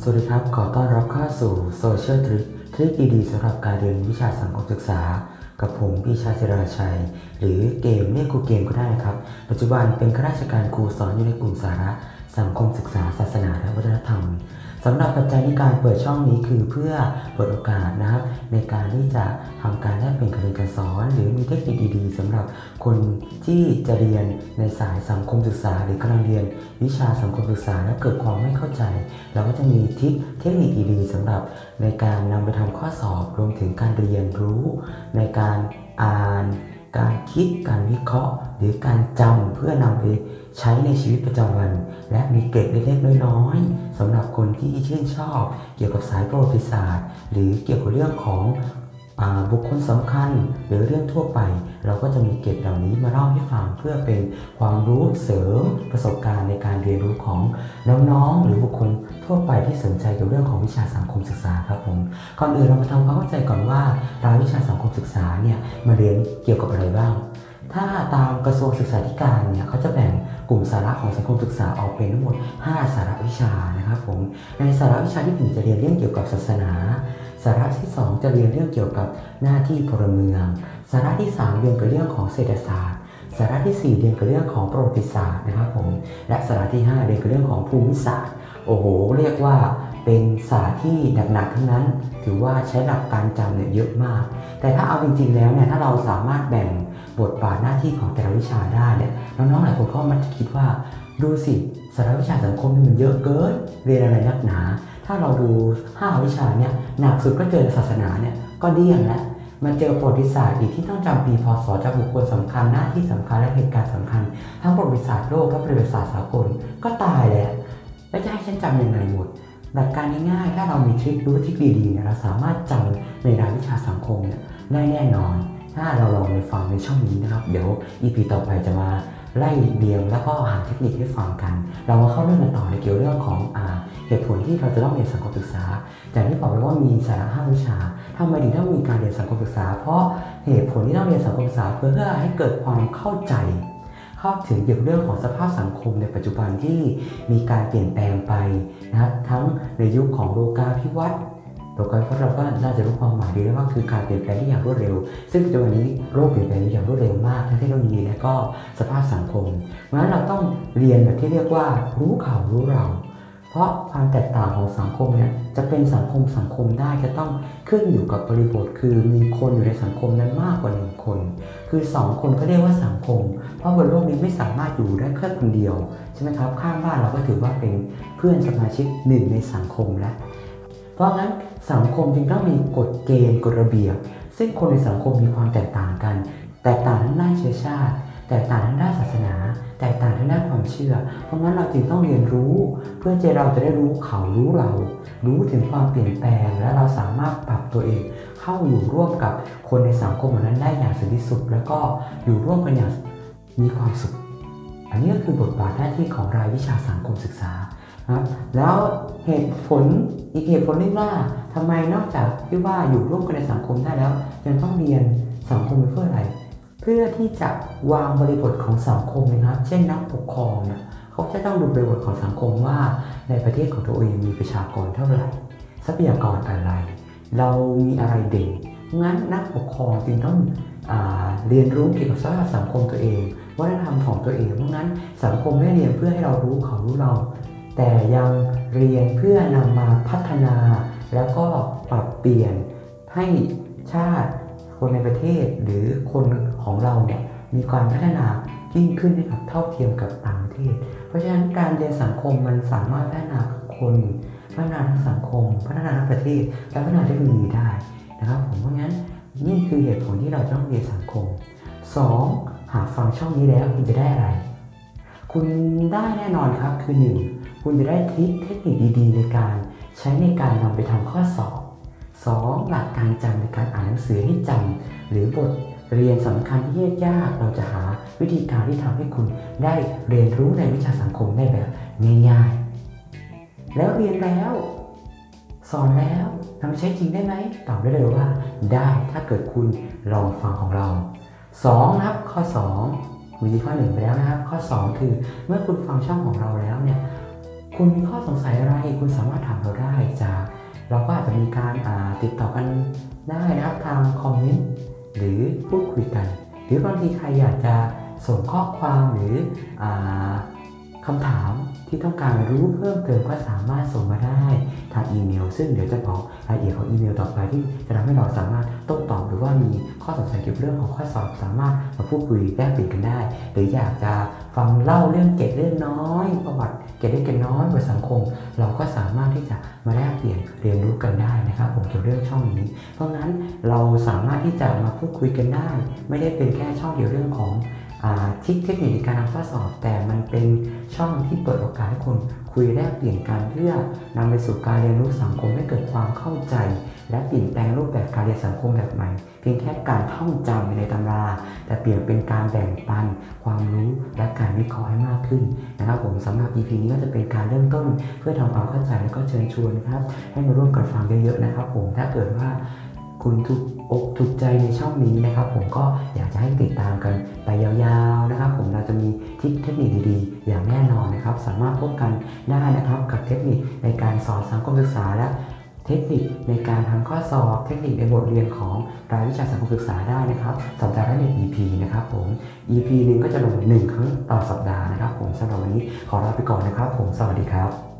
สวัสดีครับขอต้อนรับเข้าสู่โซเชียลทริคดีๆสำหรับการเรียนวิชาสังคมศึกษากับผมพี่ชาศิราชัยหรือเกมเรียกครูเกมก็ได้ครับปัจจุบันเป็นข้าราชการครูสอนอยู่ในกลุ่มสาระสังคมศึกษาศาสนาและวัฒนธรรมสำหรับปัจจัยในการเปิดช่องนี้คือเพื่อเปิดโอกาสนะครับในการที่จะทำการแลกเปลี่ยนการเรียนการสอนหรือมีเทคนิคดีๆสำหรับคนที่จะเรียนในสายสังคมศึกษาหรือกำลังเรียนวิชาสังคมศึกษาแล้วเกิดความไม่เข้าใจเราก็จะมีเทคนิคดีๆสำหรับในการนำไปทำข้อสอบรวมถึงการเรียนรู้ในการอ่านการคิดการวิเคราะห์หรือการจำเพื่อนำไปใช้ในชีวิตประจำวันและมีเกร็ดเล็กๆน้อยๆสำหรับคนที่ชื่นชอบเกี่ยวกับสายประวัติศาสตร์หรือเกี่ยวกับเรื่องของบุคคลสำคัญหรือเรื่องทั่วไปเราก็จะมีเกร็ดเหล่านี้มาเล่าให้ฟังเพื่อเป็นความรู้เสริมประสบการณ์ในการเรียนรู้ของน้องๆหรือบุคคลทั่วไปที่สนใจเกี่ยวกับเรื่องของวิชาสังคมศึกษาครับผมก่อนอื่นเรามาทำความเข้าใจก่อนว่ารายวิชาสังคมศึกษาเนี่ยมาเรียนเกี่ยวกับอะไรบ้างถ้าตามกระทรวงศึกษาธิการเนี่ยเขาจะแบ่งกลุ่มสาระของสังคมศึกษาออกเป็นทั้งหมด5สาระวิชานะครับผมในสาระวิชาที่1จะเรียนเรื่องเกี่ยวกับศาสนาสาระที่2จะเรียนเรื่องเกี่ยวกับหน้าที่พลเมืองสาระที่3เรียนกับเรื่องของเศรษฐศาสตร์สาระที่4เรียนกับเรื่องของประวัติศาสตร์นะครับผมและสาระที่5เรียนกับเรื่องของภูมิศาสตร์โอ้โหเรียกว่าเป็นศาสตร์ที่หนักๆทั้งนั้นถือว่าใช้หลักการจำเนี่ยเยอะมากแต่ถ้าเอาจริงๆแล้วเนี่ยถ้าเราสามารถแบ่งบทบาทหน้าที่ของแต่ละวิชาได้เนี่ยน้องๆหลายคนก็มักจะคิดว่าดูสิสาระวิชาสังคมนี่มันเยอะเกินเรียนอะไรนักหนาถ้าเราดู5วิชาเนี่ยหนักสุดก็เจอศาสนาเนี่ยก็เดี่ยงแล้วมันเจอประวัติศาสตร์อีกที่ต้องจำปีพศจากบุคคลสำคัญหน้าที่สำคัญและเหตุการณ์สำคัญทั้งประวัติศาสตร์โลกและประวัติศาสตร์สากลก็ตายแล้วจะให้ฉันจำยังไงหมดหลักการง่ายๆถ้าเรามีทริคดีๆเนี่ยเราสามารถจำในรายวิชาสังคมเนี่ยได้แน่นอนถ้าเราลองไปฟังในช่องนี้นะครับเดี๋ยว EP ต่อไปจะมาไล่เรียงแล้วก็หาเทคนิคให้ฟังกันเรามาเข้าเรื่องกันต่อในเกี่ยวเรื่องของเหตุผลที่เราจะต้องเรียนสังคมศึกษาจากที่บอกไปว่ามีสาระ5วิชาทำไมถึงต้องมีการเรียนสังคมศึกษาเพราะเหตุผลที่ต้องเรียนสังคมศึกษาเพื่อให้เกิดความเข้าใจเข้าถึงเกี่ยวกับเรื่องของสภาพสังคมในปัจจุบันที่มีการเปลี่ยนแปลงไปนะครับทั้งในยุคของโลกาภิวัตน์เราก็น่าจะรู้ความหมายดีแล้วว่าคือการเปลี่ยนแปลงที่อย่างรวดเร็วซึ่งปัจจุบันนี้โลกเปลี่ยนแปลงอย่างรวดเร็วมากทั้งเทคโนโลยีและก็สภาพสังคมเพราะฉะนั้นเราต้องเรียนแบบที่เรียกว่ารู้เขารู้เราเพราะความแตกต่างของสังคมเนี่ยจะเป็นสังคมได้จะต้องขึ้นอยู่กับบริบทคือมีคนอยู่ในสังคมนั้นมากกว่า1คนคือ2คนก็เรียกว่าสังคมเพราะบนโลกนี้ไม่สามารถอยู่ได้แค่คนเดียวใช่ไหมครับข้างบ้านเราก็ถือว่าเป็นเพื่อนสมาชิก1ในสังคมแล้วเพราะงั้นสังคมจึงต้องมีกฎเกณฑ์กฎระเบียบซึ่งคนในสังคมมีความแตกต่างกันแตกต่างทั้งด้านเชื้อชาติแตกต่างทั้งด้านศาสนาแตกต่างทั้งด้านความเชื่อเพราะงั้นเราจึงต้องเรียนรู้เพื่อที่เราจะได้รู้เขารู้เรารู้ถึงความเปลี่ยนแปลงและเราสามารถปรับตัวเองเข้าอยู่ร่วมกับคนในสังคมนั้นได้อย่างสันติสุขแล้วก็อยู่ร่วมกันอย่างมีความสุขอันนี้ก็คือบทบาทหน้าที่ของรายวิชาสังคมศึกษานะแล้วเหตุผลอีกเหตุผลนึงว่าทำไมนอกจากที่ว่าอยู่ร่วมกันในสังคมได้แล้วยังต้องเรียนสังคมเพื่ออะไรเพื่อที่จะวางบริบทของสังคมนะครับเช่นนักปกครองเนี่ยเขาจะต้องดูบริบทของสังคมว่าในประเทศของตัวเองมีประชากรเท่าไหร่ทรัพยากรอะไรเรามีอะไรเด่นงั้นนักปกครองจึงต้องเรียนรู้เกี่ยวกับสภาพสังคมตัวเองวัฒนธรรมของตัวเองเพราะงั้นสังคมไม่เรียนเพื่อให้เรารู้เขารู้เราแต่ยังเรียนเพื่อนำมาพัฒนาแล้วก็ปรับเปลี่ยนให้ชาติคนในประเทศหรือคนของเราเนี่ยมีความพัฒนายิ่งขึ้นให้กับเท่าเทียมกับต่างประเทศเพราะฉะนั้นการเรียนสังคมมันสามารถพัฒนาคนพัฒนาทั้งสังคมพัฒนาทั้งประเทศและพัฒนาเทคโนโลยีได้นะครับผมเพราะงั้นนี่คือเหตุผลที่เราต้องเรียนสังคม 2. หากฟังช่องนี้แล้วคุณจะได้อะไรคุณได้แน่นอนครับคือ 1. คุณจะได้เทคนิคดีๆในการใช้ในการนำไปทำข้อสอบ 2. หลักการจำในการอ่านหนังสือให้จำหรือบทเรียนสำคัญที่ยากเราจะหาวิธีการที่ทำให้คุณได้เรียนรู้ในวิชาสังคมได้แบบง่ายๆแล้วเรียนแล้วสอนแล้วนำไปใช้จริงได้ไหมตอบได้เลยว่าได้ถ้าเกิดคุณลองฟังของเรา2นะครับข้อ2วิธีข้อ1ไปแล้วนะครับข้อ2คือเมื่อคุณฟังช่องของเราแล้วเนี่ยคุณมีข้อสงสัยอะไรคุณสามารถถามเราได้เราก็อาจจะมีการติดต่อกันได้นะครับทางคอมเมนต์หรือพูดคุยกันหรือบางทีใครอยากจะส่งข้อความหรือคำถามที่ต้องการรู้เพิ่มเติมก็สามารถส่งมาได้ทางอีเมลซึ่งเดี๋ยวจะบอกรายละเอียดของอีเมลต่อไปที่จะทำให้เราสามารถโต้ตอบหรือว่ามีข้อสงสัยเกี่ยวกับเรื่องของข้อสอบสามารถมาพูดคุยแลกเปลี่ยนกันได้หรืออยากจะฟังเล่าเรื่องเกร็ดเรื่องน้อยประวัติเกร็ดเล็กเกร็ดน้อยบนสังคมเราก็สามารถที่จะมาแลกเปลี่ยนเรียนรู้กันได้นะครับผมเกี่ยวกับเรื่องช่องนี้เพราะงั้นเราสามารถที่จะมาพูดคุยกันได้ไม่ได้เป็นแค่ช่องเกี่ยวกับเรื่องของเทคนิคในการทำข้อสอบแต่มันเป็นช่องที่เปิดโอกาสให้คนคุยแลกเปลี่ยนกันเพื่อนำไปสู่การเรียนรู้สังคมให้เกิดความเข้าใจและเปลี่ยนแปลงรูปแบบการเรียนสังคมแบบใหม่เพียงแค่การท่องจำในตำราแต่เปลี่ยนเป็นการแบ่งปันความรู้และการวิเคราะห์ให้มากขึ้นนะครับผมสำหรับ EP นี้ก็จะเป็นการเริ่มต้นเพื่อทำความเข้าใจและก็เชิญชวนครับให้มาร่วมกันฟังเยอะๆนะครับผมถ้าเกิดว่าคุณถูกอกถูกใจในช่องนี้นะครับผมก็อยากจะให้ติดตามกันไปยาวๆนะครับผมเราจะมีเทคนิคดีๆอย่างแน่นอนนะครับสามารถพบกันได้นะครับกับเทคนิคในการสอนสังคมศึกษาและเทคนิคในการทำข้อสอบเทคนิคในบทเรียนของรายวิชาสังคมศึกษาได้นะครับสัปดาห์ละ1 EP นะครับผม EP หนึ่งก็จะลง1 ครั้งต่อสัปดาห์นะครับผมสำหรับวันนี้ขอลาไปก่อนนะครับผมสวัสดีครับ